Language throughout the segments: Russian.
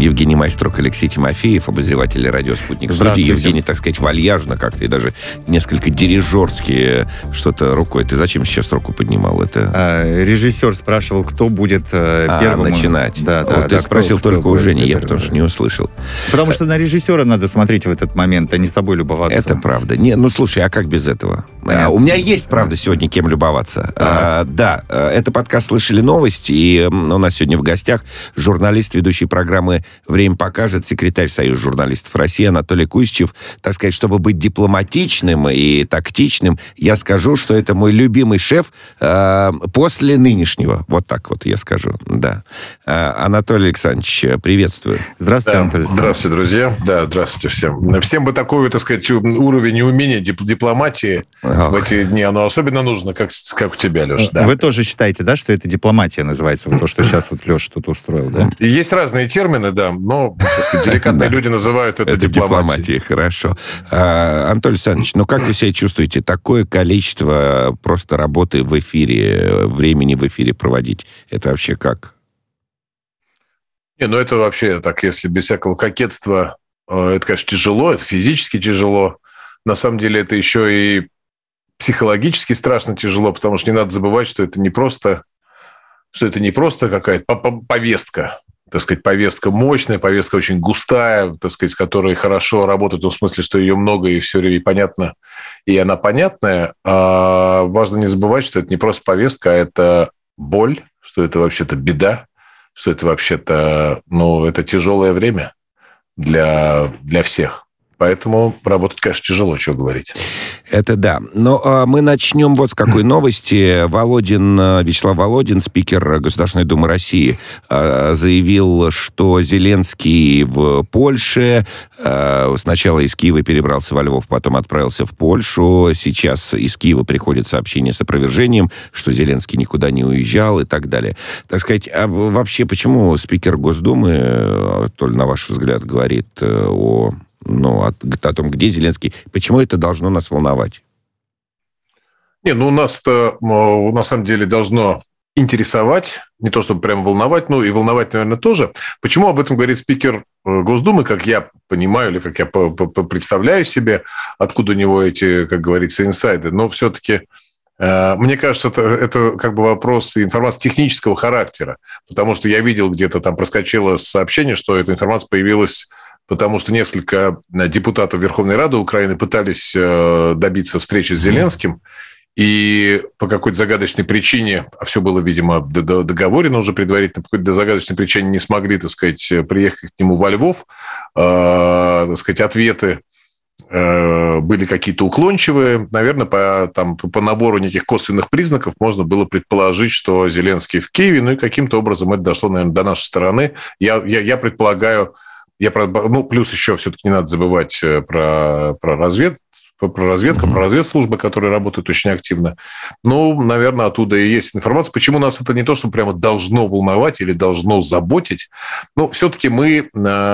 Евгений Майструк, Алексей Тимофеев, обозреватель радио «Спутник». Здравствуйте. Евгений, так сказать, вальяжно как-то и даже несколько дирижерски что-то рукой. Ты зачем сейчас руку поднимал? Это... Режиссер спрашивал, кто будет первым. Начинать. Да, ты спросил только у Жени, я потому что не услышал. Потому что на режиссера надо смотреть в этот момент, а не собой любоваться. Это правда. Слушай, а как без этого? У меня есть, правда, сегодня кем любоваться. Это подкаст «Слышали новости», и у нас сегодня в гостях журналист, ведущий программы «Время покажет», секретарь Союза журналистов России Анатолий Кузичев. Так сказать, чтобы быть дипломатичным и тактичным, я скажу, что это мой любимый шеф после нынешнего. Вот так вот я скажу, да. Анатолий Александрович, приветствую. Здравствуйте, Анатолий Александрович. Здравствуйте, друзья. Да, здравствуйте всем. Всем бы такой, так сказать, уровень умения дипломатии в эти дни, оно особенно нужно, как у тебя, Леша. Да. Вы тоже считаете, да, что это дипломатия называется, вот то, что сейчас вот Леша тут устроил, да? Есть разные термины, да, но, так сказать, деликатные люди называют это дипломатией. Хорошо. Анатолий Александрович, как вы себя чувствуете? Такое количество просто работы в эфире, времени в эфире проводить, это вообще как? Это вообще так, если без всякого кокетства, это, конечно, тяжело, это физически тяжело. На самом деле это еще и психологически страшно тяжело, потому что не надо забывать, что это не просто какая-то повестка, так сказать, повестка мощная, повестка очень густая, так сказать, с которой хорошо работать, в том смысле, что ее много и все время понятно, и она понятная. А важно не забывать, что это не просто повестка, а это боль, что это вообще-то беда, что это вообще-то, это тяжелое время для всех. Поэтому работать, конечно, тяжело, что говорить. Это да. Но мы начнем вот с какой новости. Вячеслав Володин, спикер Государственной Думы России, заявил, что Зеленский в Польше. Сначала из Киева перебрался во Львов, потом отправился в Польшу. Сейчас из Киева приходит сообщение с опровержением, что Зеленский никуда не уезжал и так далее. Так сказать, а вообще почему спикер Госдумы, Толь, на ваш взгляд, говорит о том, где Зеленский, почему это должно нас волновать? Нас-то, на самом деле, должно интересовать, не то чтобы прям волновать, и волновать, наверное, тоже. Почему об этом говорит спикер Госдумы, как я понимаю, или как я представляю себе, откуда у него эти, как говорится, инсайды, но все-таки... Мне кажется, это как бы вопрос информации технического характера, потому что я видел, где-то там проскочило сообщение, что эта информация появилась, потому что несколько депутатов Верховной Рады Украины пытались добиться встречи с Зеленским, и по какой-то загадочной причине, а все было, видимо, договорено уже предварительно, по какой-то загадочной причине не смогли, так сказать, приехать к нему во Львов, так сказать, ответы были какие-то уклончивые. Наверное, по набору неких косвенных признаков можно было предположить, что Зеленский в Киеве, и каким-то образом это дошло, наверное, до нашей стороны. Я предполагаю, плюс еще все-таки не надо забывать про разведку, про разведслужбы, которые работают очень активно. Наверное, оттуда и есть информация. Почему нас это не то, что прямо должно волновать или должно заботить, все-таки мы...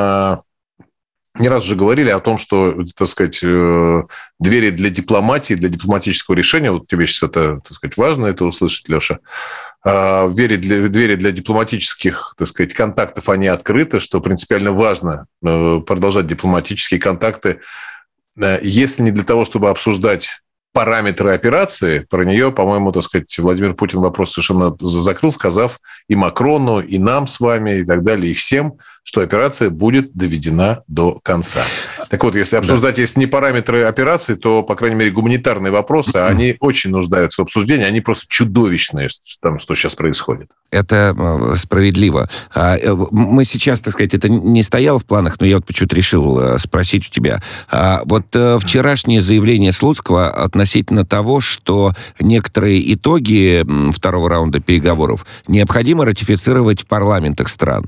Не раз уже говорили о том, что, так сказать, двери для дипломатии, для дипломатического решения, вот тебе сейчас это, так сказать, важно это услышать, Леша, двери для дипломатических, так сказать, контактов, они открыты, что принципиально важно продолжать дипломатические контакты, если не для того, чтобы обсуждать параметры операции, про нее, по-моему, так сказать, Владимир Путин вопрос совершенно закрыл, сказав и Макрону, и нам с вами, и так далее, и всем, что операция будет доведена до конца. Так вот, если обсуждать, если не параметры операции, то, по крайней мере, гуманитарные вопросы, они очень нуждаются в обсуждении, они просто чудовищные, что сейчас происходит. Это справедливо. Мы сейчас, так сказать, это не стояло в планах, но я вот почему-то решил спросить у тебя. Вот вчерашнее заявление Слуцкого относительно того, что некоторые итоги второго раунда переговоров необходимо ратифицировать в парламентах стран.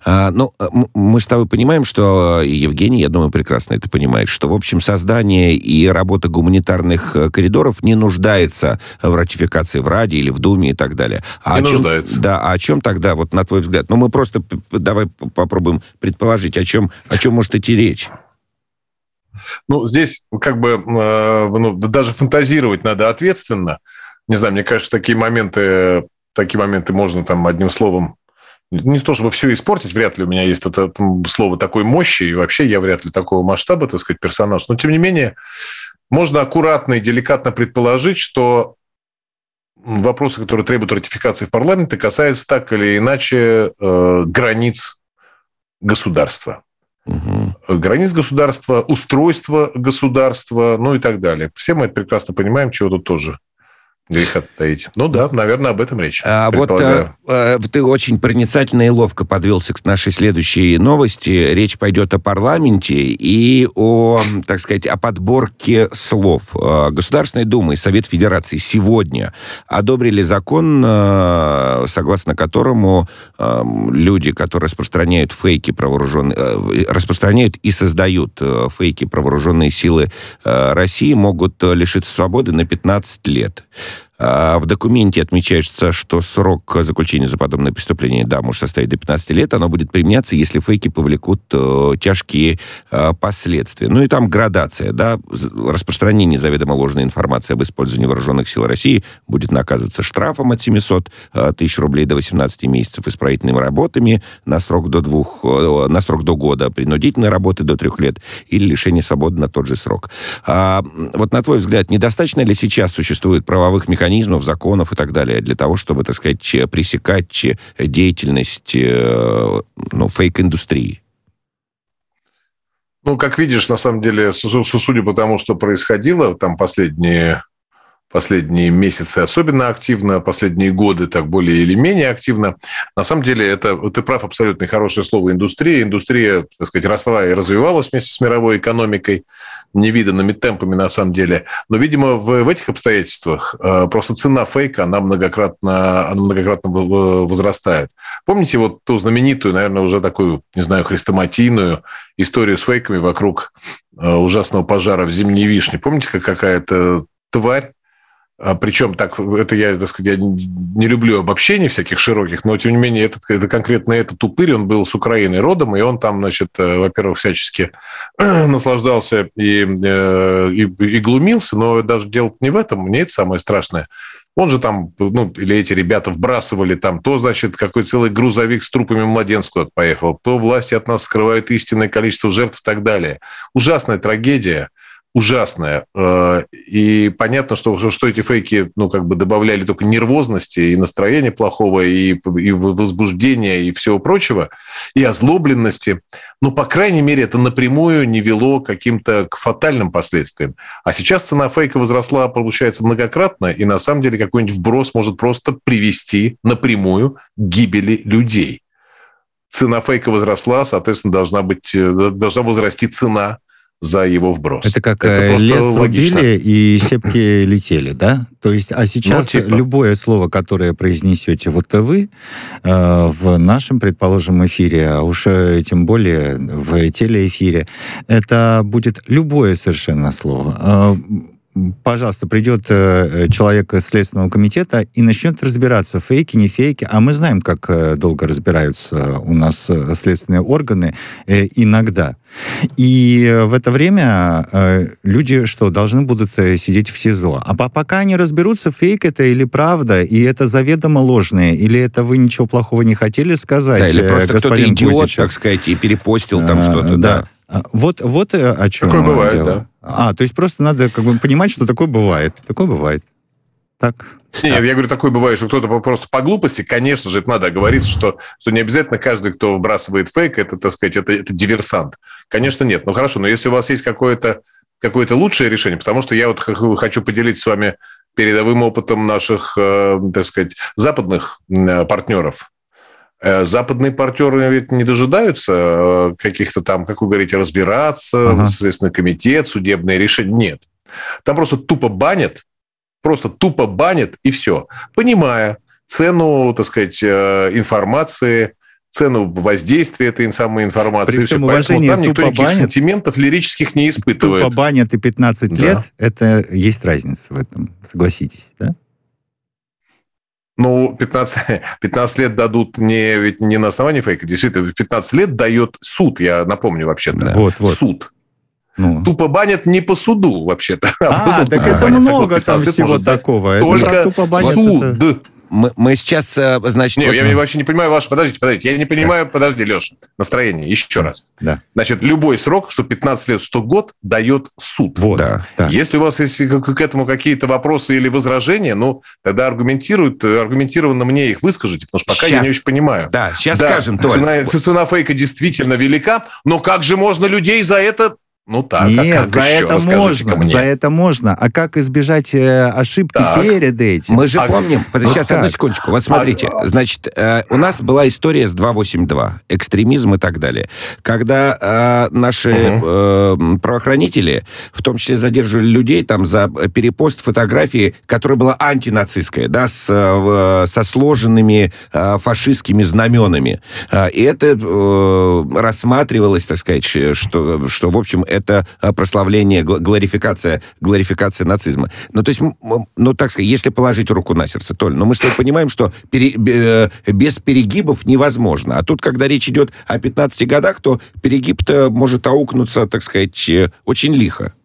Мы с тобой понимаем, что, и Евгений, я думаю, прекрасно это понимает, что, в общем, создание и работа гуманитарных коридоров не нуждается в ратификации в Раде или в Думе и так далее. Не нуждается. Да, а о чем тогда, вот на твой взгляд? Мы просто давай попробуем предположить, о чем может идти речь. Здесь как бы даже фантазировать надо ответственно. Не знаю, мне кажется, такие моменты можно там одним словом Не то, чтобы все испортить, вряд ли у меня есть это слово такой мощи, и вообще я вряд ли такого масштаба, так сказать, персонаж. Но, тем не менее, можно аккуратно и деликатно предположить, что вопросы, которые требуют ратификации в парламенте, касаются так или иначе границ государства. Угу. Границ государства, устройства государства, ну и так далее. Все мы это прекрасно понимаем, чего тут тоже греха таить. Ну да, наверное, об этом речь. Вот ты очень проницательно и ловко подвелся к нашей следующей новости. Речь пойдет о парламенте и о, так сказать, о подборке слов. Государственная Дума и Совет Федерации сегодня одобрили закон, согласно которому люди, которые распространяют фейки про распространяют и создают фейки про вооруженные силы России, могут лишиться свободы на 15 лет. В документе отмечается, что срок заключения за подобное преступление, да, может составить до 15 лет. Оно будет применяться, если фейки повлекут тяжкие последствия. Ну и там градация, да. Распространение заведомо ложной информации об использовании вооруженных сил России будет наказываться штрафом от 700 тысяч рублей до 18 месяцев, исправительными работами на срок до года, принудительной работы до 3 лет или лишение свободы на тот же срок. Вот на твой взгляд, недостаточно ли сейчас существует правовых механизмов, законов и так далее для того, чтобы, так сказать, пресекать деятельность фейк-индустрии? Ну, как видишь, на самом деле, судя по тому, что происходило там последние месяцы особенно активно, последние годы так более или менее активно. На самом деле, ты прав, абсолютно хорошее слово индустрия. Индустрия, так сказать, росла и развивалась вместе с мировой экономикой невиданными темпами, на самом деле. Но, видимо, в этих обстоятельствах просто цена фейка, она многократно возрастает. Помните вот ту знаменитую, наверное, уже такую, не знаю, хрестоматийную историю с фейками вокруг ужасного пожара в Зимней Вишне? Помните, как какая-то тварь, причем так, это я, так сказать, я не люблю обобщений всяких широких, но, тем не менее, конкретно этот упырь, он был с Украины родом, и он там, значит, во-первых, всячески наслаждался и глумился, но даже дело не в этом, мне это самое страшное. Он же там, или эти ребята вбрасывали там, то, значит, какой целый грузовик с трупами младенцев куда-то поехал, то власти от нас скрывают истинное количество жертв и так далее. Ужасная трагедия. Ужасная. И понятно, что эти фейки, добавляли только нервозности и настроения плохого, и возбуждения, и всего прочего, и озлобленности. Но, по крайней мере, это напрямую не вело к фатальным последствиям. А сейчас цена фейка возросла, получается, многократно, и на самом деле какой-нибудь вброс может просто привести напрямую к гибели людей. Цена фейка возросла, соответственно, должна возрасти цена за его вброс. Это как лес рубили и щепки летели, да? То есть, а сейчас любое слово, которое произнесете вы в нашем, предположим, эфире, а уж тем более в телеэфире, это будет любое совершенно слово. Пожалуйста, придет человек из Следственного комитета и начнет разбираться, фейки, не фейки. А мы знаем, как долго разбираются у нас следственные органы иногда. И в это время люди должны будут сидеть в СИЗО. А пока они разберутся, фейк это или правда, и это заведомо ложное, или это вы ничего плохого не хотели сказать, да, или просто кто-то идиот, Кузич, так сказать, и перепостил там что-то, да. Вот о чем такое бывает, дело. Да. То есть просто надо понимать, что такое бывает. Такое бывает. Так. Нет, я говорю, такое бывает, что кто-то просто по глупости, конечно же, это надо оговориться, что не обязательно каждый, кто вбрасывает фейк, это, так сказать, это диверсант. Конечно, нет. Ну, хорошо, но если у вас есть какое-то лучшее решение, потому что я хочу поделиться с вами передовым опытом наших, так сказать, западных партнеров. Западные партнеры ведь не дожидаются каких-то там, как вы говорите, разбираться, Следственный комитет, судебные решения. Нет. Там просто тупо банят, и все. Понимая цену, так сказать, информации, цену воздействия этой самой информации. При всем уважении, там никто никаких сантиментов лирических не испытывает. Тупо банят и 15 лет, это есть разница в этом, согласитесь, да? 15 лет дадут ведь не на основании фейка. Действительно, 15 лет дает суд, я напомню, вообще-то. Вот. Суд. Тупо банят не по суду, вообще-то. Так это много там всего такого. Только суд Мы сейчас, значит... Нет, я вообще не понимаю ваше... Подождите, я не понимаю, подожди, Леша, настроение, еще раз. Да. Значит, любой срок, что 15 лет, что год, дает суд. Вот. Да. Если у вас есть к этому какие-то вопросы или возражения, тогда аргументированно мне их выскажите, потому что пока я не очень понимаю. Да, сейчас скажем, Толь. Цена фейка действительно велика, но как же можно людей за это... Так, нет, за это можно. А как избежать ошибки перед этим? Мы же помним... Сейчас, одну секундочку. Вот смотрите. Значит, у нас была история с 282. Экстремизм и так далее. Когда наши правоохранители, в том числе задерживали людей там за перепост фотографии, которая была антинацистская, да, со сложенными фашистскими знаменами. И это рассматривалось, так сказать, что в общем, это прославление, глорификация нацизма. То есть, так сказать, если положить руку на сердце, Толь, мы с тобой понимаем, что без перегибов невозможно. А тут, когда речь идет о 15 годах, то перегиб-то может аукнуться, так сказать, очень лихо.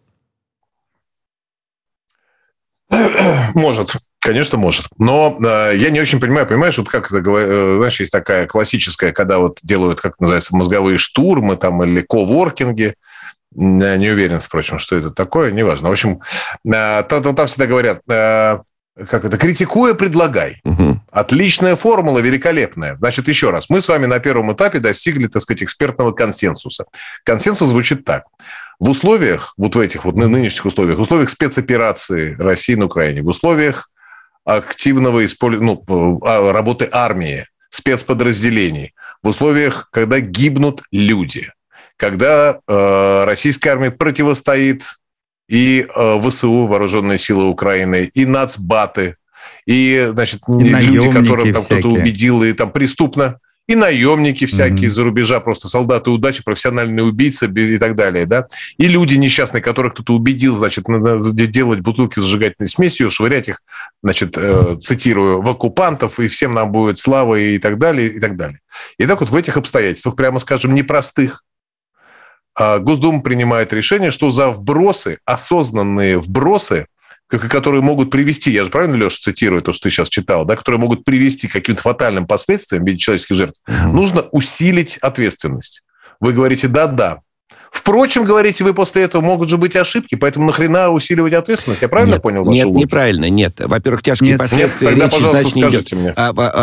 Может, конечно, может. Но я не очень понимаю, понимаешь, вот как это, знаешь, есть такая классическая, когда вот делают, как называется, мозговые штурмы там или коворкинги. Я не уверен, впрочем, что это такое, неважно. В общем, там всегда говорят, критикуя, предлагай. Угу. Отличная формула, великолепная. Значит, еще раз, мы с вами на первом этапе достигли, так сказать, экспертного консенсуса. Консенсус звучит так. В условиях, вот в этих вот нынешних условиях спецоперации России на Украине, в условиях активного работы армии, спецподразделений, в условиях, когда гибнут люди, когда российская армия противостоит и ВСУ, Вооруженные силы Украины, и нацбаты, и, значит, люди, которых там кто-то убедил, и там преступно, и наемники всякие из-за рубежа, просто солдаты удачи, профессиональные убийцы и так далее, да, и люди несчастные, которых кто-то убедил, значит, делать бутылки с зажигательной смесью, швырять их, значит, цитирую, в оккупантов, и всем нам будет слава, и так далее, и так далее. И так вот в этих обстоятельствах, прямо скажем, непростых, Госдума принимает решение, что за вбросы, осознанные вбросы, которые могут привести, я же правильно, Леша, цитирую то, что ты сейчас читал, да, которые могут привести к каким-то фатальным последствиям в виде человеческих жертв, нужно усилить ответственность. Вы говорите «да». Впрочем, говорите вы после этого, могут же быть ошибки, поэтому нахрена усиливать ответственность? Я правильно понял вашу логику? Нет, неправильно, нет. Во-первых, тяжкие последствия. Тогда, пожалуйста, скажите мне.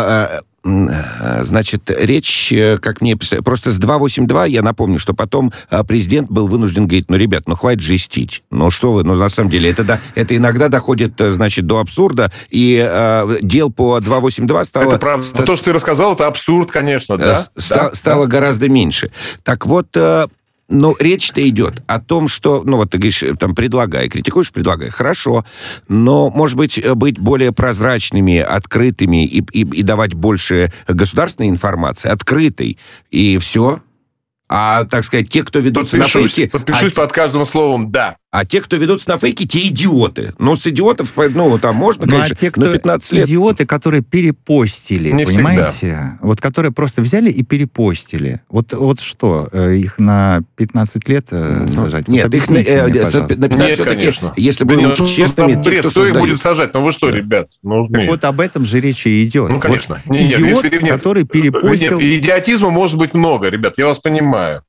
Значит, речь, как мне писали, просто с 282, я напомню, что потом президент был вынужден говорить, ребят, хватит жестить. Что вы, на самом деле, это иногда доходит, значит, до абсурда, и дел по 282 стало... Это правда. То, что ты рассказал, это абсурд, конечно, да? Стало гораздо меньше. Так вот... речь-то идет о том, что, ты говоришь, там, критикуешь, предлагай, хорошо, но, может быть более прозрачными, открытыми и давать больше государственной информации, открытой, и все. А, так сказать, те, кто ведутся на фейки... Подпишусь под каждым словом «да». А те, кто ведутся на фейки, те идиоты. С идиотов, там можно, конечно, а те, кто 15 лет... идиоты, которые перепостили, не понимаете? Всегда. Вот которые просто взяли и перепостили. Вот что, их на 15 лет сажать? Нет, их на 15 нет, конечно. Если будем честными, бред, кто их будет сажать? Вы что, ребят? Так вот об этом же речь и идет. Конечно. Вот идиот, который перепостил... Нет, идиотизма может быть много, ребят, я вас понимаю.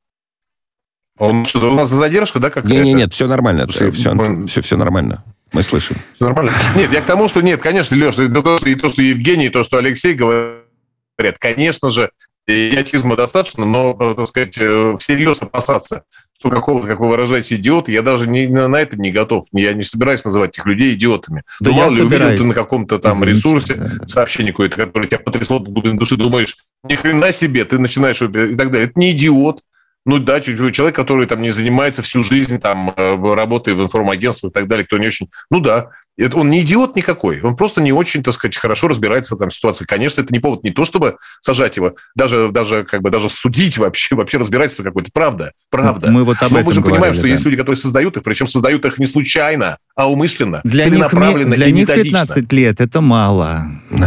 У нас задержка, да, какая-то? Нет, все нормально. Все нормально. Мы слышим. Все нормально. Нет, я к тому, что нет, конечно, Леша, и то, что Евгений, и то, что Алексей говорят, конечно же, идиотизма достаточно, но, так сказать, всерьез опасаться, что какого-то, как вы выражаете, идиота, я даже на это не готов. Я не собираюсь называть этих людей идиотами. Да, мало ли, увидел ты на каком-то там ресурсе сообщение какое-то, которое тебя потрясло до глубины души, думаешь, ни хрена себе, ты начинаешь и так далее. Это не идиот. Человек, который там не занимается всю жизнь там работой в информагентствах и так далее, кто не очень... он не идиот никакой, он просто не очень, так сказать, хорошо разбирается там в ситуации. Конечно, это не повод не то, чтобы сажать его, даже судить вообще разбирательство какое-то. Правда. Мы вот об этом мы же понимаем, что да. есть люди, которые создают их, причем создают их не случайно, а умышленно, целенаправленно и методично. 15 лет это мало.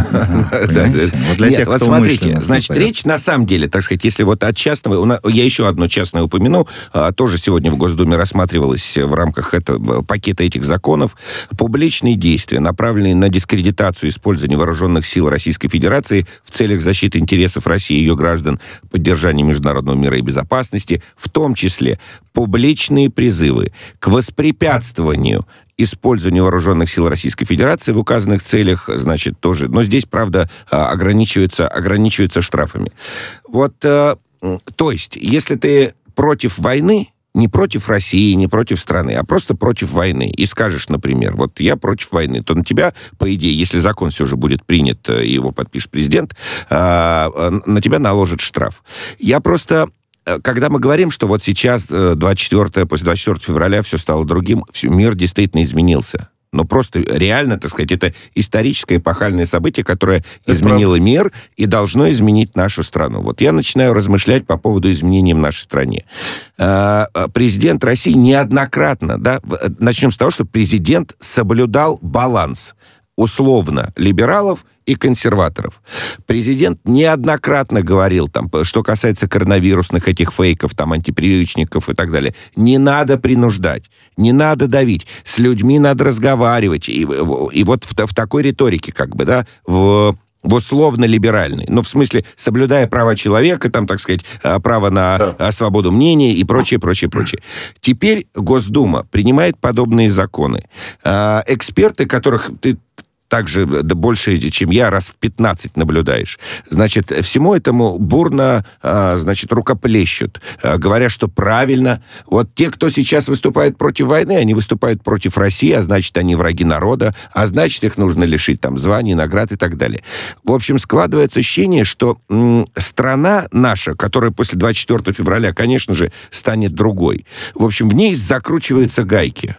Нет, вот смотрите, значит, речь на самом деле, так сказать, если вот от частного... Я еще одно частное упомяну, тоже сегодня в Госдуме рассматривалось в рамках пакета этих законов, публичное публичные действия, направленные на дискредитацию использования вооруженных сил Российской Федерации в целях защиты интересов России и ее граждан, поддержания международного мира и безопасности, в том числе публичные призывы к воспрепятствованию использованию вооруженных сил Российской Федерации в указанных целях, значит, тоже. Но здесь, правда, ограничивается штрафами. Вот, то есть, если ты против войны, не против России, не против страны, а просто против войны, и скажешь, например, вот я против войны, то на тебя, по идее, если закон все же будет принят, и его подпишет президент, на тебя наложат штраф. Я просто... Когда мы говорим, что вот сейчас, после 24 февраля все стало другим, мир действительно изменился. Но просто реально, так сказать, это историческое эпохальное событие, которое изменило мир и должно изменить нашу страну. Вот я начинаю размышлять по поводу изменений в нашей стране. Президент России неоднократно, да, начнем с того, что президент соблюдал баланс условно либералов и консерваторов. Президент неоднократно говорил, там, что касается коронавирусных этих фейков, там, антипрививочников и так далее, не надо принуждать, не надо давить, с людьми надо разговаривать. И вот в такой риторике, как бы, да, в условно-либеральной. Ну, в смысле, соблюдая права человека, там, так сказать, право на свободу мнения и прочее. Теперь Госдума принимает подобные законы. Эксперты, которых ты также больше, чем я, раз в 15 наблюдаешь. Значит, всему этому бурно, рукоплещут, говоря, что правильно. Вот те, кто сейчас выступает против войны, они выступают против России, а значит, они враги народа, а значит, их нужно лишить там званий, наград и так далее. В общем, складывается ощущение, что страна наша, которая после 24 февраля, конечно же, станет другой, в общем, в ней закручиваются гайки.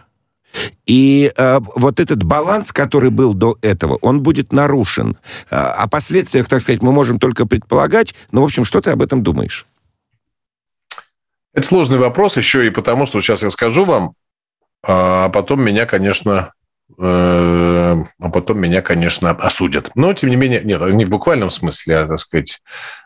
И вот этот баланс, который был до этого, он будет нарушен. О последствиях, так сказать, мы можем только предполагать. Но, в общем, что ты об этом думаешь? Это сложный вопрос еще и потому, что сейчас я скажу вам, а потом меня, конечно, осудят. Но, тем не менее, нет, не в буквальном смысле, а, так сказать,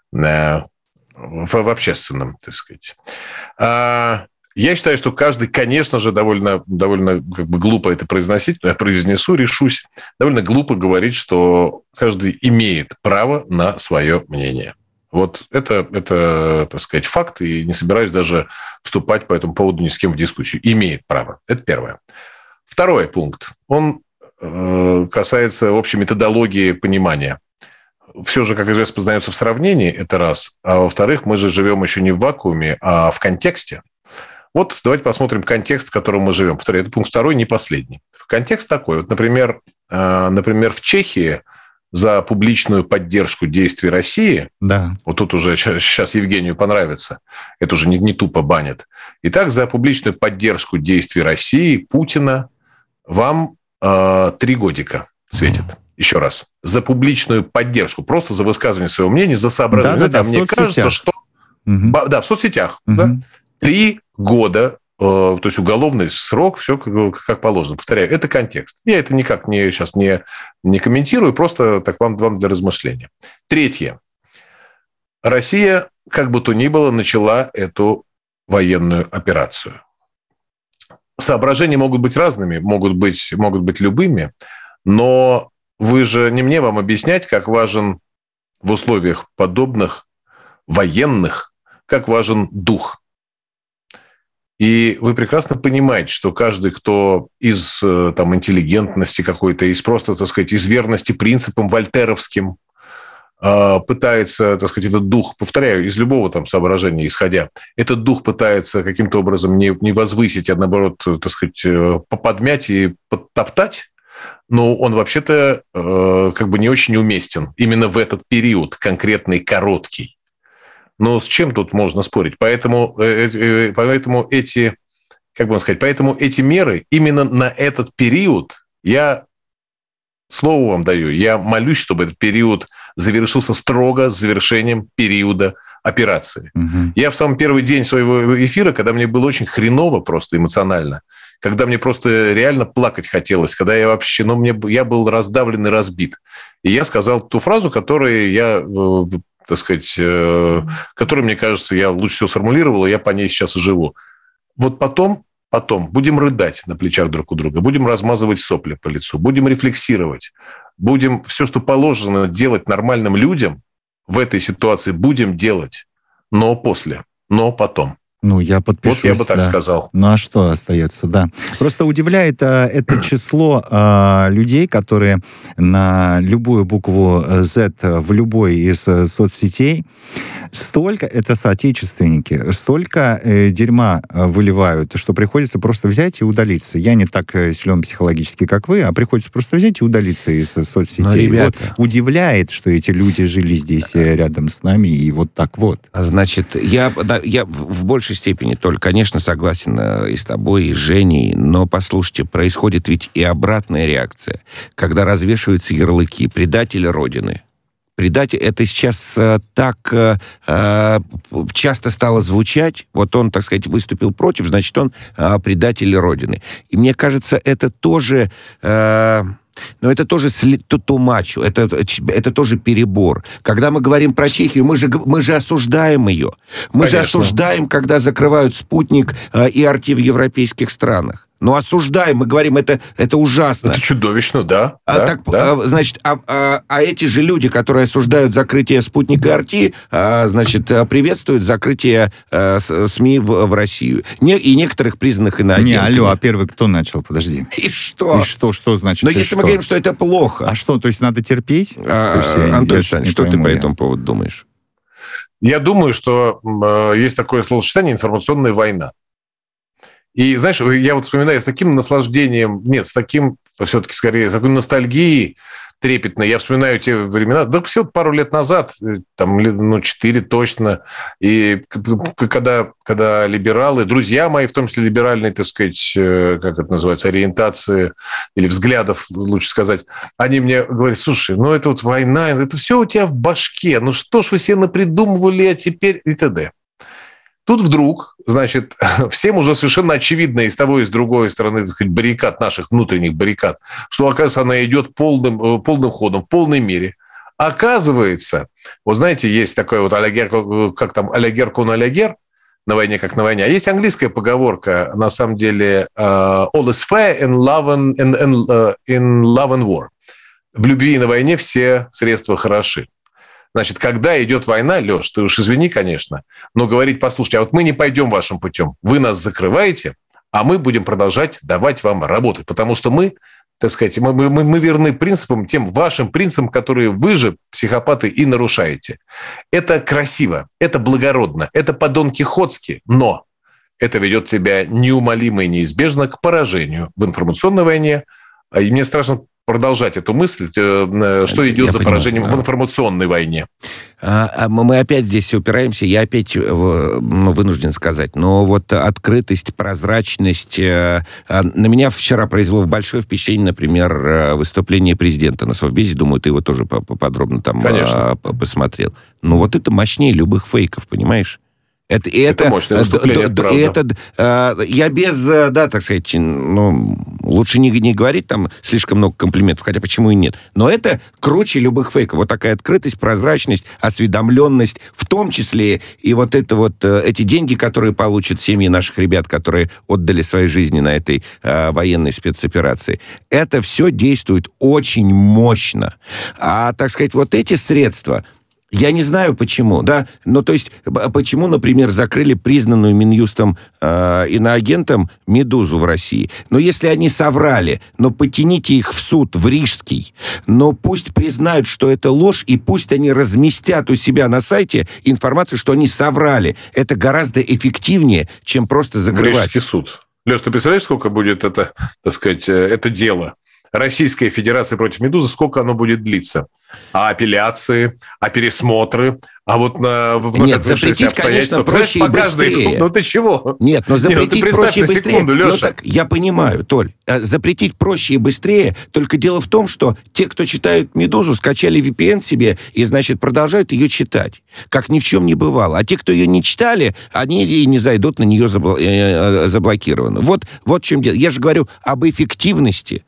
в общественном, так сказать. Я считаю, что каждый, конечно же, довольно как бы глупо это произносить, но я произнесу, решусь. Довольно глупо говорить, что каждый имеет право на свое мнение. Вот это, так сказать, факт, и не собираюсь даже вступать по этому поводу ни с кем в дискуссию. Имеет право. Это первое. Второй пункт. Он касается общей методологии понимания. Все же, как известно, познается в сравнении, это раз. А во-вторых, мы же живем еще не в вакууме, а в контексте. Вот давайте посмотрим контекст, в котором мы живем. Повторяю, это пункт второй, не последний. Контекст такой. Вот, например, в Чехии за публичную поддержку действий России, да. Вот тут уже сейчас Евгению понравится, это уже не тупо банят. Итак, за публичную поддержку действий России Путина вам 3 годика светит. Еще раз. За публичную поддержку, просто за высказывание своего мнения, за соображение. Да, мне кажется, что... Да, в соцсетях. Да? 3 года, то есть уголовный срок, все как положено. Повторяю, это контекст. Я это никак сейчас не комментирую, просто так вам для размышления. Третье. Россия, как бы то ни было, начала эту военную операцию. Соображения могут быть разными, могут быть любыми, но вы же не мне вам объяснять, как важен в условиях подобных военных, как важен дух. И вы прекрасно понимаете, что каждый, кто из там, интеллигентности какой-то, из просто, так сказать, из верности принципам вольтеровским пытается, так сказать, этот дух, повторяю, из любого там соображения исходя, этот дух пытается каким-то образом не возвысить, а наоборот, так сказать, поподмять и подтоптать, но он вообще-то как бы не очень уместен именно в этот период, конкретный, короткий. Но с чем тут можно спорить? Поэтому эти меры именно на этот период, я слово вам даю, я молюсь, чтобы этот период завершился строго с завершением периода операции. Угу. Я в самый первый день своего эфира, когда мне было очень хреново просто эмоционально, когда мне просто реально плакать хотелось, когда я вообще, я был раздавлен и разбит. И я сказал ту фразу, которую я... так сказать, который, мне кажется, я лучше всего сформулировал, и я по ней сейчас и живу. Вот потом потом будем рыдать на плечах друг у друга, будем размазывать сопли по лицу, будем рефлексировать, будем все, что положено делать нормальным людям в этой ситуации, будем делать, но после, но потом. Ну, я подпишусь. Вот я бы так сказал. Ну, а что остается, да. Просто удивляет это число людей, которые на любую букву Z в любой из соцсетей, столько, это соотечественники, столько дерьма выливают, что приходится просто взять и удалиться. Я не так силен психологически, как вы, а приходится просто взять и удалиться из соцсетей. Но, ребята, вот удивляет, что эти люди жили здесь рядом с нами, и вот так вот. Значит, я в большей степени только, конечно, согласен и с тобой, и с Женей, но, послушайте, происходит ведь и обратная реакция, когда развешиваются ярлыки «предатели Родины». Предатель, это сейчас так часто стало звучать, вот он, так сказать, выступил против, значит, он предатель Родины. И мне кажется, это тоже... Но это тоже too much, это тоже перебор. Когда мы говорим про Чехию, мы же осуждаем ее. Мы же осуждаем, когда закрывают «Спутник» и «Арти» в европейских странах. Но осуждаем, мы говорим, это ужасно. Это чудовищно, да. Значит, эти же люди, которые осуждают закрытие «Спутника» и «Арти», значит, приветствуют закрытие СМИ в Россию. И некоторых признанных иноагентами. А первый кто начал? Подожди. И что? Что значит? Но если мы говорим, что это плохо. А что, то есть надо терпеть? Антон Александрович, что ты по этому поводу думаешь? Я думаю, что есть такое словосочетание «информационная война». И, знаешь, я вот вспоминаю с таким наслаждением, с таким, все-таки, скорее, с такой ностальгией трепетной. Я вспоминаю те времена, да всего пару лет назад, 4 точно. И когда либералы, друзья мои, в том числе либеральные, так сказать, как это называется, ориентации или взглядов, лучше сказать, они мне говорят: слушай, это вот война, это все у тебя в башке, что ж вы себе напридумывали, а теперь и т.д. Тут вдруг, значит, всем уже совершенно очевидно и с того, и с другой стороны, так сказать, баррикад, наших внутренних баррикад, что, оказывается, она идет полным ходом, в полной мере. Оказывается, вот знаете, есть такой вот аллегер, как там, аллегер кон аллегер, на войне как на войне. А есть английская поговорка, на самом деле, all is fair in love and war. В любви и на войне все средства хороши. Значит, когда идет война, Леш, ты уж извини, конечно, но говорить: послушайте, а вот мы не пойдем вашим путем, вы нас закрываете, а мы будем продолжать давать вам работать, потому что мы, так сказать, мы верны принципам, тем вашим принципам, которые вы же, психопаты, и нарушаете. Это красиво, это благородно, это по-дон-кихотски, но это ведет тебя неумолимо и неизбежно к поражению в информационной войне, и мне страшно продолжать эту мысль, что идет за поражением в информационной войне. Мы опять здесь упираемся, я опять вынужден сказать, но вот открытость, прозрачность... На меня вчера произвело большое впечатление, например, выступление президента на Совбезе, думаю, ты его тоже подробно там посмотрел. Ну вот это мощнее любых фейков, понимаешь? Это мощное выступление, правда. Я без, так сказать, лучше не говорить там слишком много комплиментов, хотя почему и нет. Но это круче любых фейков. Вот такая открытость, прозрачность, осведомленность, в том числе и вот эти деньги, которые получат семьи наших ребят, которые отдали свои жизни на этой военной спецоперации. Это все действует очень мощно. А, так сказать, вот эти средства... Я не знаю, почему, да, то есть, почему, например, закрыли признанную Минюстом иноагентом «Медузу» в России. Но если они соврали, потяните их в суд, в Рижский, но пусть признают, что это ложь, и пусть они разместят у себя на сайте информацию, что они соврали. Это гораздо эффективнее, чем просто закрывать. В Рижский суд. Леш, ты представляешь, сколько будет это, так сказать, это дело? Российская Федерация против «Медузы», сколько оно будет длиться? А апелляции, а пересмотры, а вот на вновь открывшиеся обстоятельства. Проще и быстрее. Ты чего? Нет, запретить проще и быстрее. Секунду, Леша. Я понимаю, Толь. Запретить проще и быстрее, только дело в том, что те, кто читают «Медузу», скачали VPN себе и, значит, продолжают ее читать, как ни в чем не бывало. А те, кто ее не читали, они и не зайдут, на нее заблокированы. Вот в чем дело. Я же говорю об эффективности.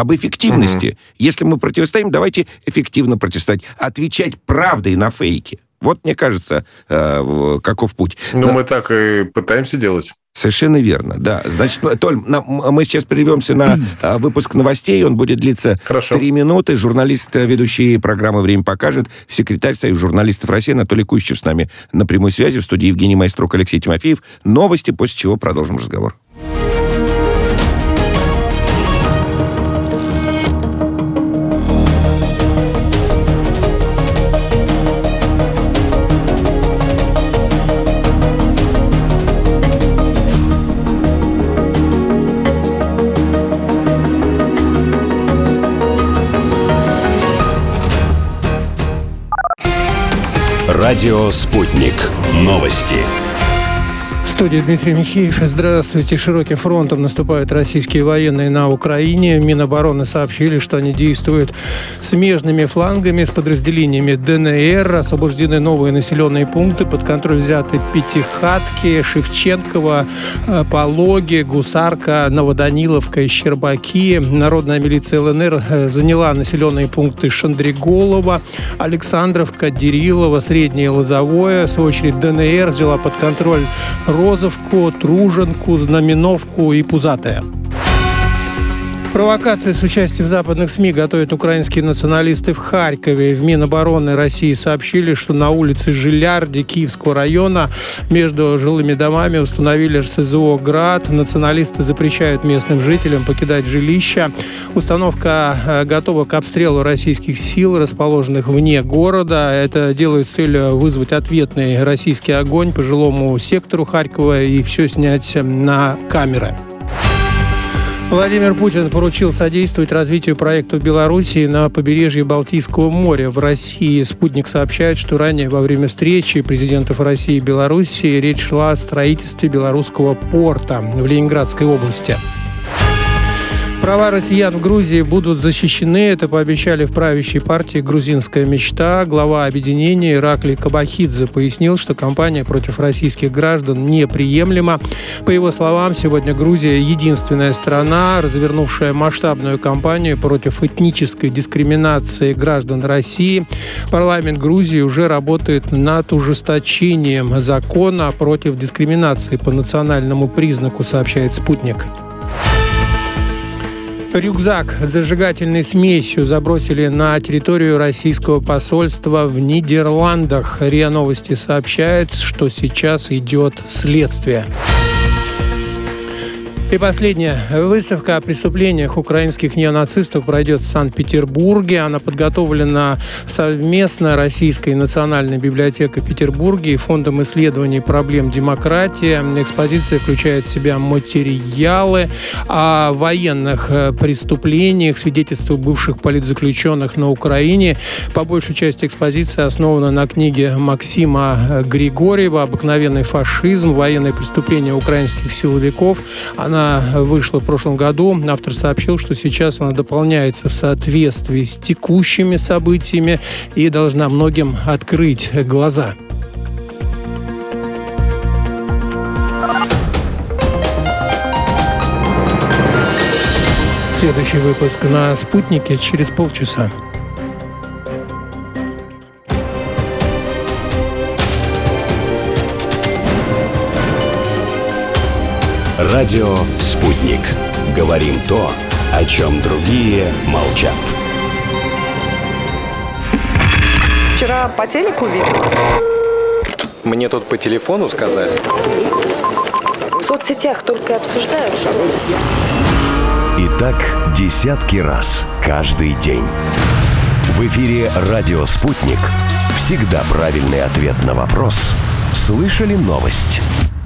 Если мы противостоим, давайте эффективно противостоять. Отвечать правдой на фейки. Вот, мне кажется, каков путь. Мы так и пытаемся делать. Совершенно верно, да. Значит, Толь, мы сейчас прервемся на выпуск новостей, он будет длиться 3 минуты. Журналист, ведущий программы «Время покажет», секретарь Союза журналистов России Анатолий Кузичев с нами на прямой связи, в студии Евгений Майструк, Алексей Тимофеев. Новости, после чего продолжим разговор. Радио «Спутник». Новости. В студии Дмитрий Михеев. Здравствуйте. Широким фронтом наступают российские военные на Украине. Минобороны сообщили, что они действуют смежными флангами с подразделениями ДНР. Освобождены новые населенные пункты. Под контроль взяты Пятихатки, Шевченково, Пологи, Гусарка, Новоданиловка и Щербаки. Народная милиция ЛНР заняла населенные пункты Шандриголова, Александровка, Дерилово, Среднее Лозовое. В свою очередь ДНР взяла под контроль Розовку, Труженку, Знаменовку и Пузатое. Провокации с участием западных СМИ готовят украинские националисты в Харькове. В Минобороны России сообщили, что на улице Жилярди Киевского района между жилыми домами установили РСЗО «Град». Националисты запрещают местным жителям покидать жилища. Установка готова к обстрелу российских сил, расположенных вне города. Это делают с целью вызвать ответный российский огонь по жилому сектору Харькова и все снять на камеры. Владимир Путин поручил содействовать развитию проекта в Белоруссии на побережье Балтийского моря. В России «Спутник» сообщает, что ранее во время встречи президентов России и Белоруссии речь шла о строительстве белорусского порта в Ленинградской области. Права россиян в Грузии будут защищены. Это пообещали в правящей партии «Грузинская мечта». Глава объединения Ираклий Кабахидзе пояснил, что кампания против российских граждан неприемлема. По его словам, сегодня Грузия единственная страна, развернувшая масштабную кампанию против этнической дискриминации граждан России. Парламент Грузии уже работает над ужесточением закона против дискриминации по национальному признаку, сообщает «Спутник». Рюкзак с зажигательной смесью забросили на территорию российского посольства в Нидерландах. РИА Новости сообщает, что сейчас идет следствие. И последняя. Выставка о преступлениях украинских неонацистов пройдет в Санкт-Петербурге. Она подготовлена совместно Российской национальной библиотекой Петербурга и Фондом исследований проблем демократии. Экспозиция включает в себя материалы о военных преступлениях, свидетельства бывших политзаключенных на Украине. По большей части экспозиции основана на книге Максима Григорьева «Обыкновенный фашизм. Военные преступления украинских силовиков». Она вышла в прошлом году. Автор сообщил, что сейчас она дополняется в соответствии с текущими событиями и должна многим открыть глаза. Следующий выпуск на «Спутнике» через полчаса. Радио «Спутник». Говорим то, о чем другие молчат. Вчера по телеку видел. Мне тут по телефону сказали. В соцсетях только обсуждают, что... И так десятки раз каждый день. В эфире «Радио Спутник». Всегда правильный ответ на вопрос. Слышали новость?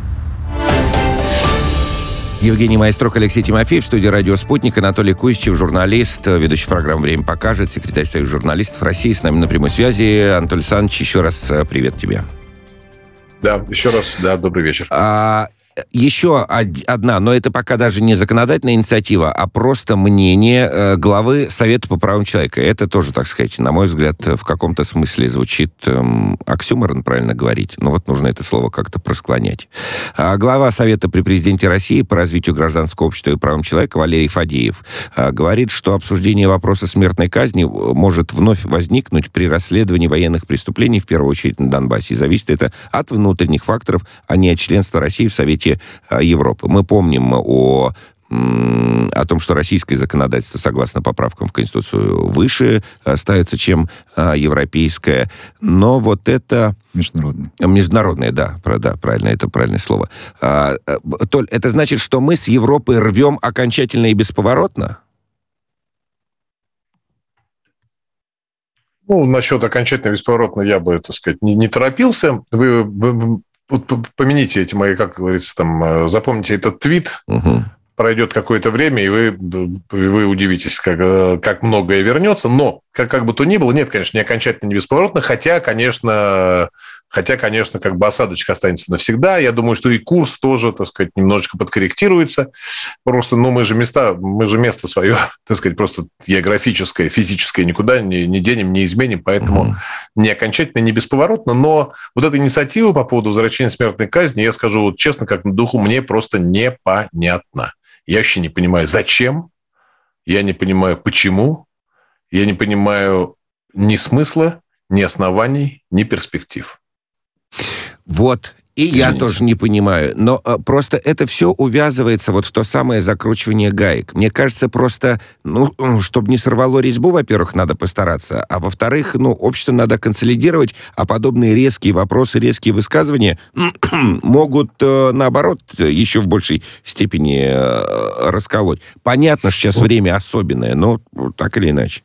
Евгений Майструк, Алексей Тимофеев, в студии «Радио Спутник», Анатолий Кузичев, журналист, ведущий программы «Время покажет», секретарь Союза журналистов России, с нами на прямой связи. Анатолий Александрович, еще раз привет тебе. Да, еще раз, да, добрый вечер. Еще одна, но это пока даже не законодательная инициатива, а просто мнение главы Совета по правам человека. Это тоже, так сказать, на мой взгляд, в каком-то смысле звучит оксюморон, правильно говорить. Но вот нужно это слово как-то просклонять. Глава Совета при президенте России по развитию гражданского общества и правам человека Валерий Фадеев говорит, что обсуждение вопроса смертной казни может вновь возникнуть при расследовании военных преступлений, в первую очередь на Донбассе. И зависит это от внутренних факторов, а не от членства России в Совете Совете Европы. Мы помним о том, что российское законодательство, согласно поправкам в Конституцию, выше ставится, чем европейское. Но вот это... Международное, да, правильно, это правильное слово. Толь, это значит, что мы с Европой рвем окончательно и бесповоротно? Ну, насчет окончательно бесповоротно я бы, так сказать, не торопился. Вы помяните эти мои, как говорится, там, запомните этот твит. Угу. Пройдет какое-то время, и вы удивитесь, как многое вернется. Но, как бы то ни было, нет, конечно, не окончательно, не бесповоротно, хотя, конечно, как бы осадочка останется навсегда. Я думаю, что и курс тоже, так сказать, немножечко подкорректируется. Просто, мы же место свое, так сказать, просто географическое, физическое никуда не денем, не изменим, поэтому не окончательно, не бесповоротно. Но вот эта инициатива по поводу возвращения смертной казни, я скажу вот честно, как на духу, мне просто непонятна. Я вообще не понимаю, зачем, я не понимаю, почему, я не понимаю ни смысла, ни оснований, ни перспектив. Вот. И я тоже не понимаю. Но просто это все увязывается вот в то самое закручивание гаек. Мне кажется, просто, чтобы не сорвало резьбу, во-первых, надо постараться, а во-вторых, общество надо консолидировать, а подобные резкие вопросы, резкие высказывания могут, наоборот, еще в большей степени расколоть. Понятно, что сейчас время особенное, но так или иначе.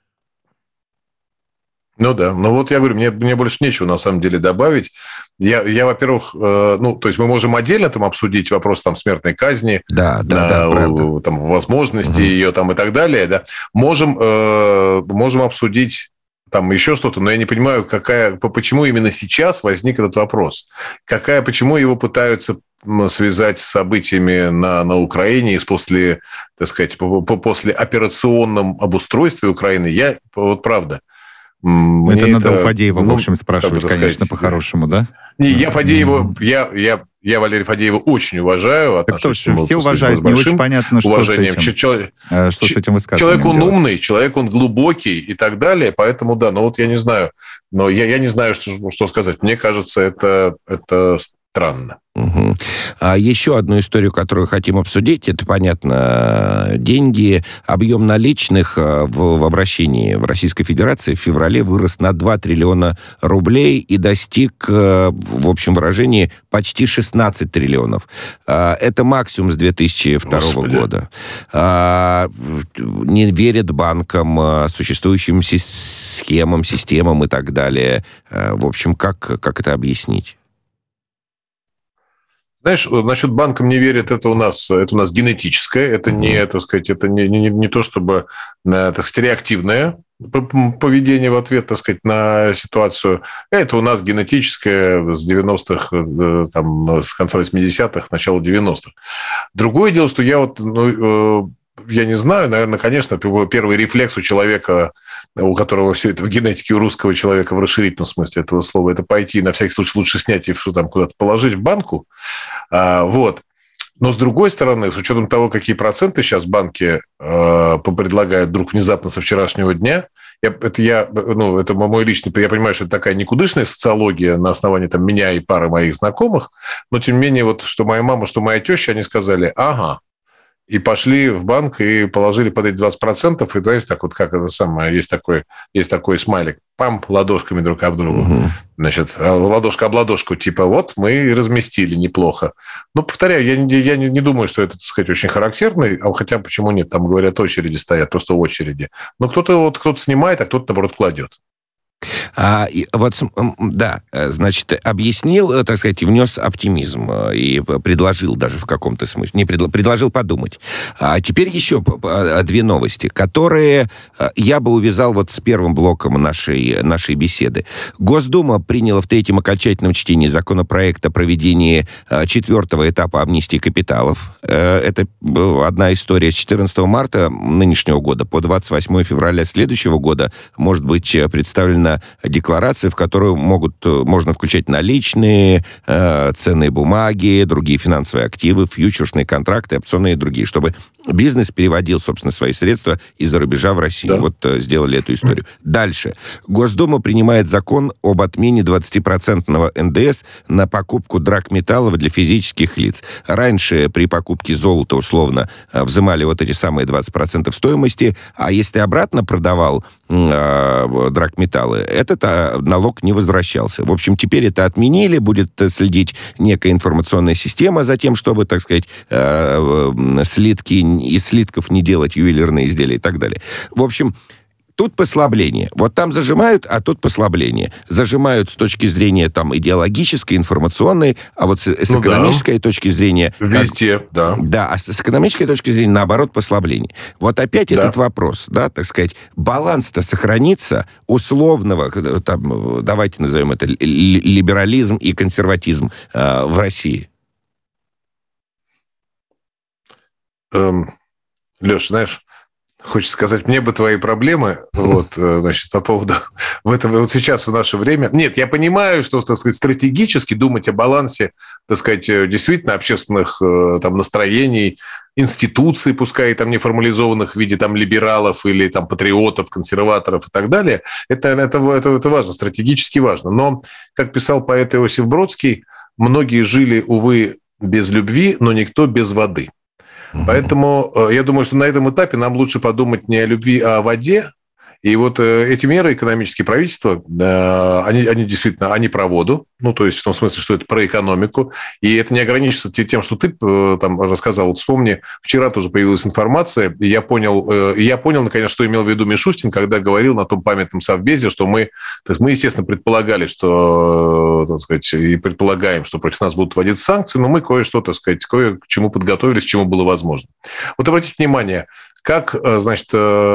Ну да, вот я говорю, мне больше нечего на самом деле добавить. Я во-первых, то есть мы можем отдельно там обсудить вопрос там смертной казни, там возможности ее там и так далее, да. Можем обсудить там еще что-то, но я не понимаю, почему именно сейчас возник этот вопрос, почему его пытаются связать с событиями на Украине и после, так сказать, после операционном обустройстве Украины. Правда. Это надо у Фадеева, в общем, спрашивать, конечно, по-хорошему, да? Я Фадеева, я Валерия Фадеева очень уважаю. Так что все уважают, не очень понятно, что с этим высказыванием. Человек он умный, человек он глубокий и так далее, поэтому да, я не знаю. Но я не знаю, что сказать. Мне кажется, это странно. Угу. А еще одну историю, которую хотим обсудить, это, понятно, деньги. Объем наличных в обращении в Российской Федерации в феврале вырос на 2 триллиона рублей и достиг, в общем выражении, почти 16 триллионов. Это максимум с 2002 года. Не верят банкам, существующим схемам, системам и так далее. В общем, как это объяснить? Знаешь, насчет банкам не верят, это у нас генетическое, это не, так сказать, это не то чтобы, так сказать, реактивное поведение в ответ, так сказать, на ситуацию. Это у нас генетическое с 90-х, там, с конца 80-х, начала 90-х. Другое дело, что я не знаю, наверное, конечно, первый рефлекс у человека, у которого все это в генетике у русского человека в расширительном смысле этого слова, это пойти, на всякий случай, лучше снять и там куда-то положить в банку. Но, с другой стороны, с учетом того, какие проценты сейчас банки предлагают вдруг внезапно со вчерашнего дня, это мой личный, я понимаю, что это такая никудышная социология на основании там, меня и пары моих знакомых, но, тем не менее, что моя мама, что моя теща, они сказали, ага, и пошли в банк и положили под эти 20%, и знаешь, так вот, как это самое, есть такой смайлик, пам, ладошками друг об друга. Угу. Значит, ладошка об ладошку, типа, вот, мы и разместили неплохо. Но, повторяю, я не думаю, что это, так сказать, очень характерно, хотя почему нет, там, говорят, очереди стоят, просто очереди. Но кто-то снимает, а кто-то, наоборот, кладет. Значит, объяснил, так сказать, и внес оптимизм, и предложил даже в каком-то смысле, предложил подумать. А теперь еще две новости, которые я бы увязал вот с первым блоком нашей беседы. Госдума приняла в третьем окончательном чтении законопроект о проведении 4-го этапа амнистии капиталов. Это одна история. С 14 марта нынешнего года по 28 февраля следующего года может быть представлена официально декларация, в которую можно включать наличные, ценные бумаги, другие финансовые активы, фьючерсные контракты, опционные и другие, чтобы бизнес переводил, собственно, свои средства из-за рубежа в Россию. Да. Вот сделали эту историю. Дальше. Госдума принимает закон об отмене 20% НДС на покупку драгметаллов для физических лиц. Раньше при покупке золота, условно, взимали вот эти самые 20% стоимости, а если обратно продавал драгметаллы, этот налог не возвращался. В общем, теперь это отменили, будет следить некая информационная система за тем, чтобы, так сказать, слитки из слитков не делать ювелирные изделия и так далее. В общем, тут послабление. Вот там зажимают, а тут послабление. Зажимают с точки зрения там идеологической, информационной, а вот с экономической точки зрения... Везде, да. Да, а с экономической точки зрения, наоборот, послабление. Вот опять этот вопрос, да, так сказать, баланс-то сохранится условного, там, давайте назовем это либерализм и консерватизм в России. Леш, знаешь, хочется сказать, мне бы твои проблемы, вот, значит, по поводу... вот сейчас в наше время... Нет, я понимаю, что, так сказать, стратегически думать о балансе, так сказать, действительно общественных там настроений, институций, пускай там не формализованных в виде там либералов или там патриотов, консерваторов и так далее, это важно, стратегически важно. Но, как писал поэт Иосиф Бродский, многие жили, увы, без любви, но никто без воды. Поэтому я думаю, что на этом этапе нам лучше подумать не о любви, а о воде. И вот эти меры экономические правительства, они действительно, они про воду, ну, то есть в том смысле, что это про экономику, и это не ограничится тем, что ты там рассказал. Вот вспомни, вчера тоже появилась информация, и я понял, наконец, что имел в виду Мишустин, когда говорил на том памятном совбезе, что мы, естественно, предполагали, что, так сказать, и предполагаем, что против нас будут вводить санкции, но мы кое-что, так сказать, кое к чему подготовились, к чему было возможно. Вот обратите внимание, как, значит,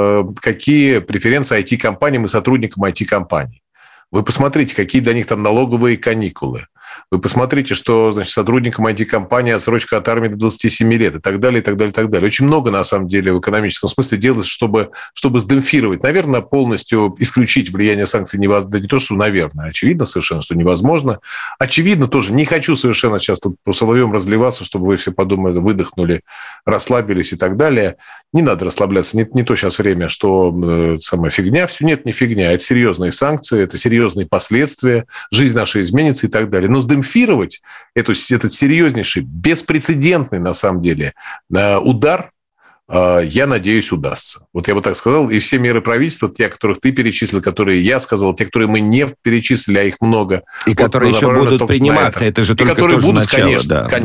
какие преференции IT-компаниям и сотрудникам IT-компаний. Вы посмотрите, какие для них там налоговые каникулы. Вы посмотрите, что, значит, сотрудникам IT-компании отсрочка от армии до 27 лет и так далее, и так далее, и так далее. Очень много, на самом деле, в экономическом смысле делается, чтобы сдемпфировать. Наверное, полностью исключить влияние санкций невозможно. Да не то, что, наверное, очевидно совершенно, что невозможно. Очевидно тоже, не хочу совершенно сейчас тут по соловьем разливаться, чтобы вы все подумали, выдохнули, расслабились и так далее. Не надо расслабляться, не то сейчас время, что самая фигня. Все нет, не фигня. Это серьезные санкции, это серьезные последствия. Жизнь наша изменится и так далее. Но сдемпфировать этот серьезнейший, беспрецедентный, на самом деле, удар, я надеюсь, удастся. Вот я бы так сказал. И все меры правительства, те, которых ты перечислил, которые я сказал, те, которые мы не перечислили, а их много. И вот, которые еще будут приниматься. Это же только тоже будут, начало.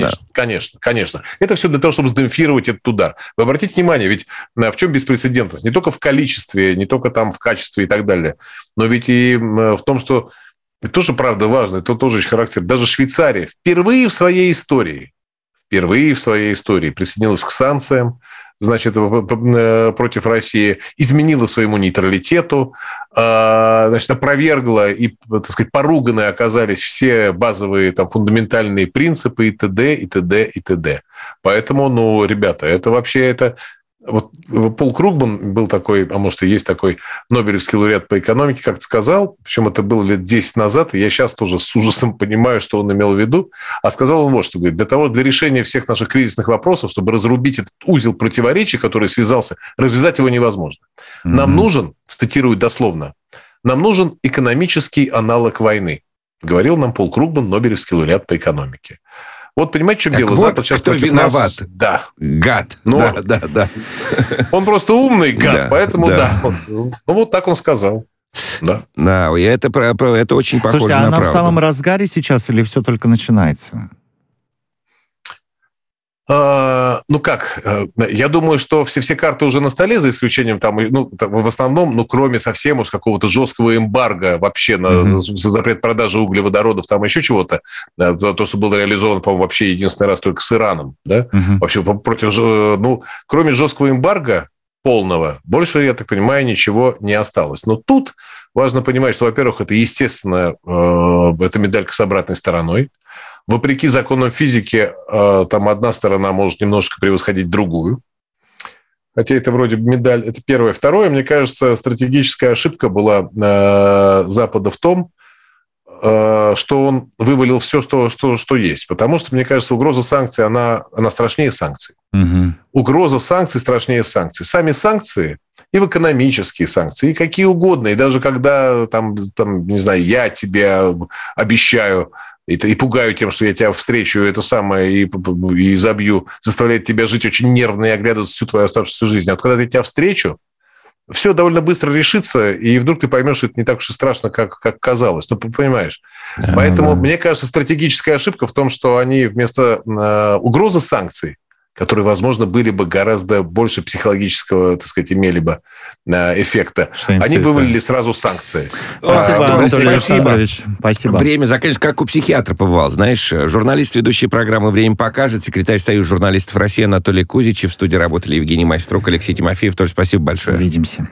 Конечно. Это все для того, чтобы сдемпфировать этот удар. Вы обратите внимание, ведь в чем беспрецедентность? Не только в количестве, не только там в качестве и так далее, но ведь и в том, что это тоже, правда, важно, это тоже очень характерно. Даже Швейцария впервые в своей истории присоединилась к санкциям, значит, против России, изменила своему нейтралитету, значит, опровергла и, так сказать, поруганы оказались все базовые там фундаментальные принципы и т.д., и т.д., и т.д. Поэтому, ну, ребята, это вообще... Вот Пол Кругман был такой, а может и есть такой Нобелевский лауреат по экономике, как-то сказал, причем это было лет 10 назад, и я сейчас тоже с ужасом понимаю, что он имел в виду, а сказал он вот что, говорит, для решения всех наших кризисных вопросов, чтобы разрубить этот узел противоречий, который связался, развязать его невозможно. Нам нужен, цитирую дословно, нам нужен экономический аналог войны, говорил нам Пол Кругман, Нобелевский лауреат по экономике. Вот понимаете, что дело? Вот Запад сейчас кто виноват? Нас... Да. Гад. Но... Да. Он просто умный гад, поэтому да. Ну, вот так он сказал. Да. Да, это очень похоже. Слушайте, на она правду. в самом разгаре сейчас или все только начинается? Ну как, я думаю, что все карты уже на столе, за исключением там, ну, в основном, ну, кроме совсем уж какого-то жесткого эмбарго вообще на запрет продажи углеводородов, там еще чего-то, то, что было реализовано, по-моему, вообще единственный раз только с Ираном, да, вообще против, ну, кроме жесткого эмбарго полного, больше, я так понимаю, ничего не осталось. Но тут важно понимать, что, во-первых, это, естественно, это медалька с обратной стороной. Вопреки законам физики, там одна сторона может немножко превосходить другую. Хотя это вроде медаль, это первое. Второе, мне кажется, стратегическая ошибка была Запада в том, что он вывалил все, что есть. Потому что, мне кажется, угроза санкций, она страшнее санкций. Угу. Угроза санкций страшнее санкций. Сами санкции, и в экономические санкции, и какие угодно. И даже когда, не знаю, я тебе обещаю и пугаю тем, что я тебя встречу, это самое, и забью, заставляет тебя жить очень нервно и оглядываться всю твою оставшуюся жизнь. А вот когда я тебя встречу, все довольно быстро решится, и вдруг ты поймешь, что это не так уж и страшно, как казалось. Ну, понимаешь? Поэтому, мне кажется, стратегическая ошибка в том, что они вместо угрозы санкций, которые, возможно, были бы гораздо больше психологического, так сказать, имели бы эффекта. Они вывалили сразу санкции. Спасибо, Анатолий Александрович. Спасибо. Время заканчивается, как у психиатра побывал. Знаешь, журналист, ведущий программы «Время покажет», секретарь Союза журналистов России Анатолий Кузичев. В студии работали Евгений Майструк, Алексей Тимофеев. Тоже спасибо большое. Увидимся.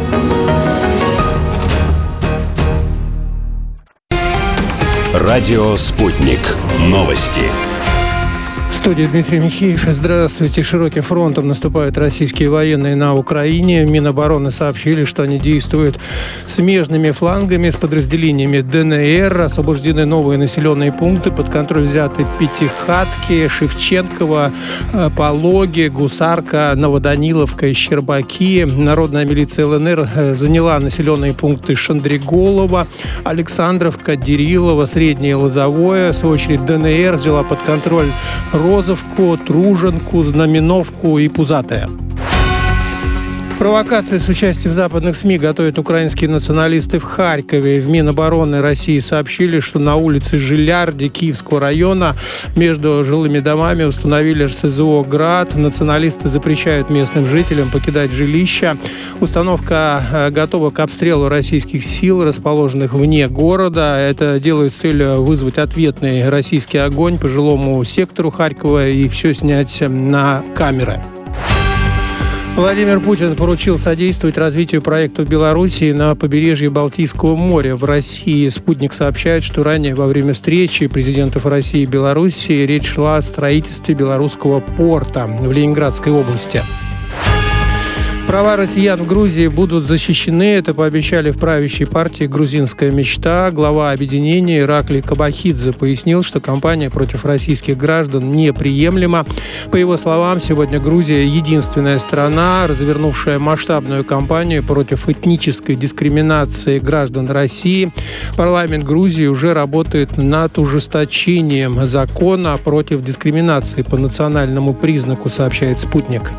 Радио «Спутник». Новости. В студии Дмитрий Михеев. Здравствуйте. Широким фронтом наступают российские военные на Украине. Минобороны сообщили, что они действуют смежными флангами с подразделениями ДНР. Освобождены новые населенные пункты. Под контроль взяты Пятихатки, Шевченково, Пологи, Гусарка, Новоданиловка и Щербаки. Народная милиция ЛНР заняла населенные пункты Шандриголова, Александровка, Дерилово, Среднее Лозовое. В свою очередь ДНР взяла под контроль Розовку, Труженку, Знаменовку и Пузатое. Провокации с участием в западных СМИ готовят украинские националисты в Харькове. В Минобороны России сообщили, что на улице Жилярди Киевского района между жилыми домами установили РСЗО «Град». Националисты запрещают местным жителям покидать жилища. Установка готова к обстрелу российских сил, расположенных вне города. Это делают с целью вызвать ответный российский огонь по жилому сектору Харькова и все снять на камеры. Владимир Путин поручил содействовать развитию проекта в Белоруссии на побережье Балтийского моря. В России «Спутник» сообщает, что ранее во время встречи президентов России и Белоруссии речь шла о строительстве белорусского порта в Ленинградской области. Права россиян в Грузии будут защищены. Это пообещали в правящей партии «Грузинская мечта». Глава объединения Ираклий Кабахидзе пояснил, что кампания против российских граждан неприемлема. По его словам, сегодня Грузия единственная страна, развернувшая масштабную кампанию против этнической дискриминации граждан России. Парламент Грузии уже работает над ужесточением закона против дискриминации по национальному признаку, сообщает «Спутник».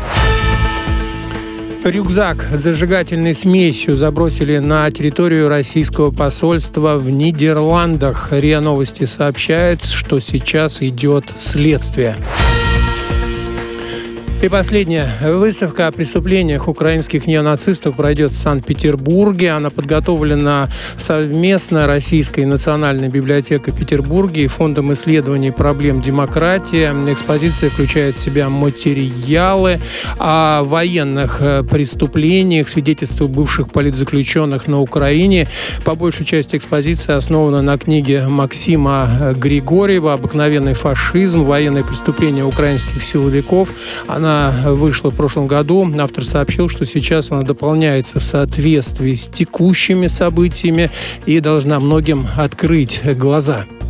Рюкзак с зажигательной смесью забросили на территорию российского посольства в Нидерландах. РИА Новости сообщает, что сейчас идет следствие. И последняя. Выставка о преступлениях украинских неонацистов пройдет в Санкт-Петербурге. Она подготовлена совместно Российской национальной библиотекой Петербурга и Фондом исследований проблем демократии. Экспозиция включает в себя материалы о военных преступлениях, свидетельства бывших политзаключенных на Украине. По большей части экспозиция основана на книге Максима Григорьева «Обыкновенный фашизм. Военные преступления украинских силовиков». Она вышла в прошлом году. Автор сообщил, что сейчас она дополняется в соответствии с текущими событиями и должна многим открыть глаза.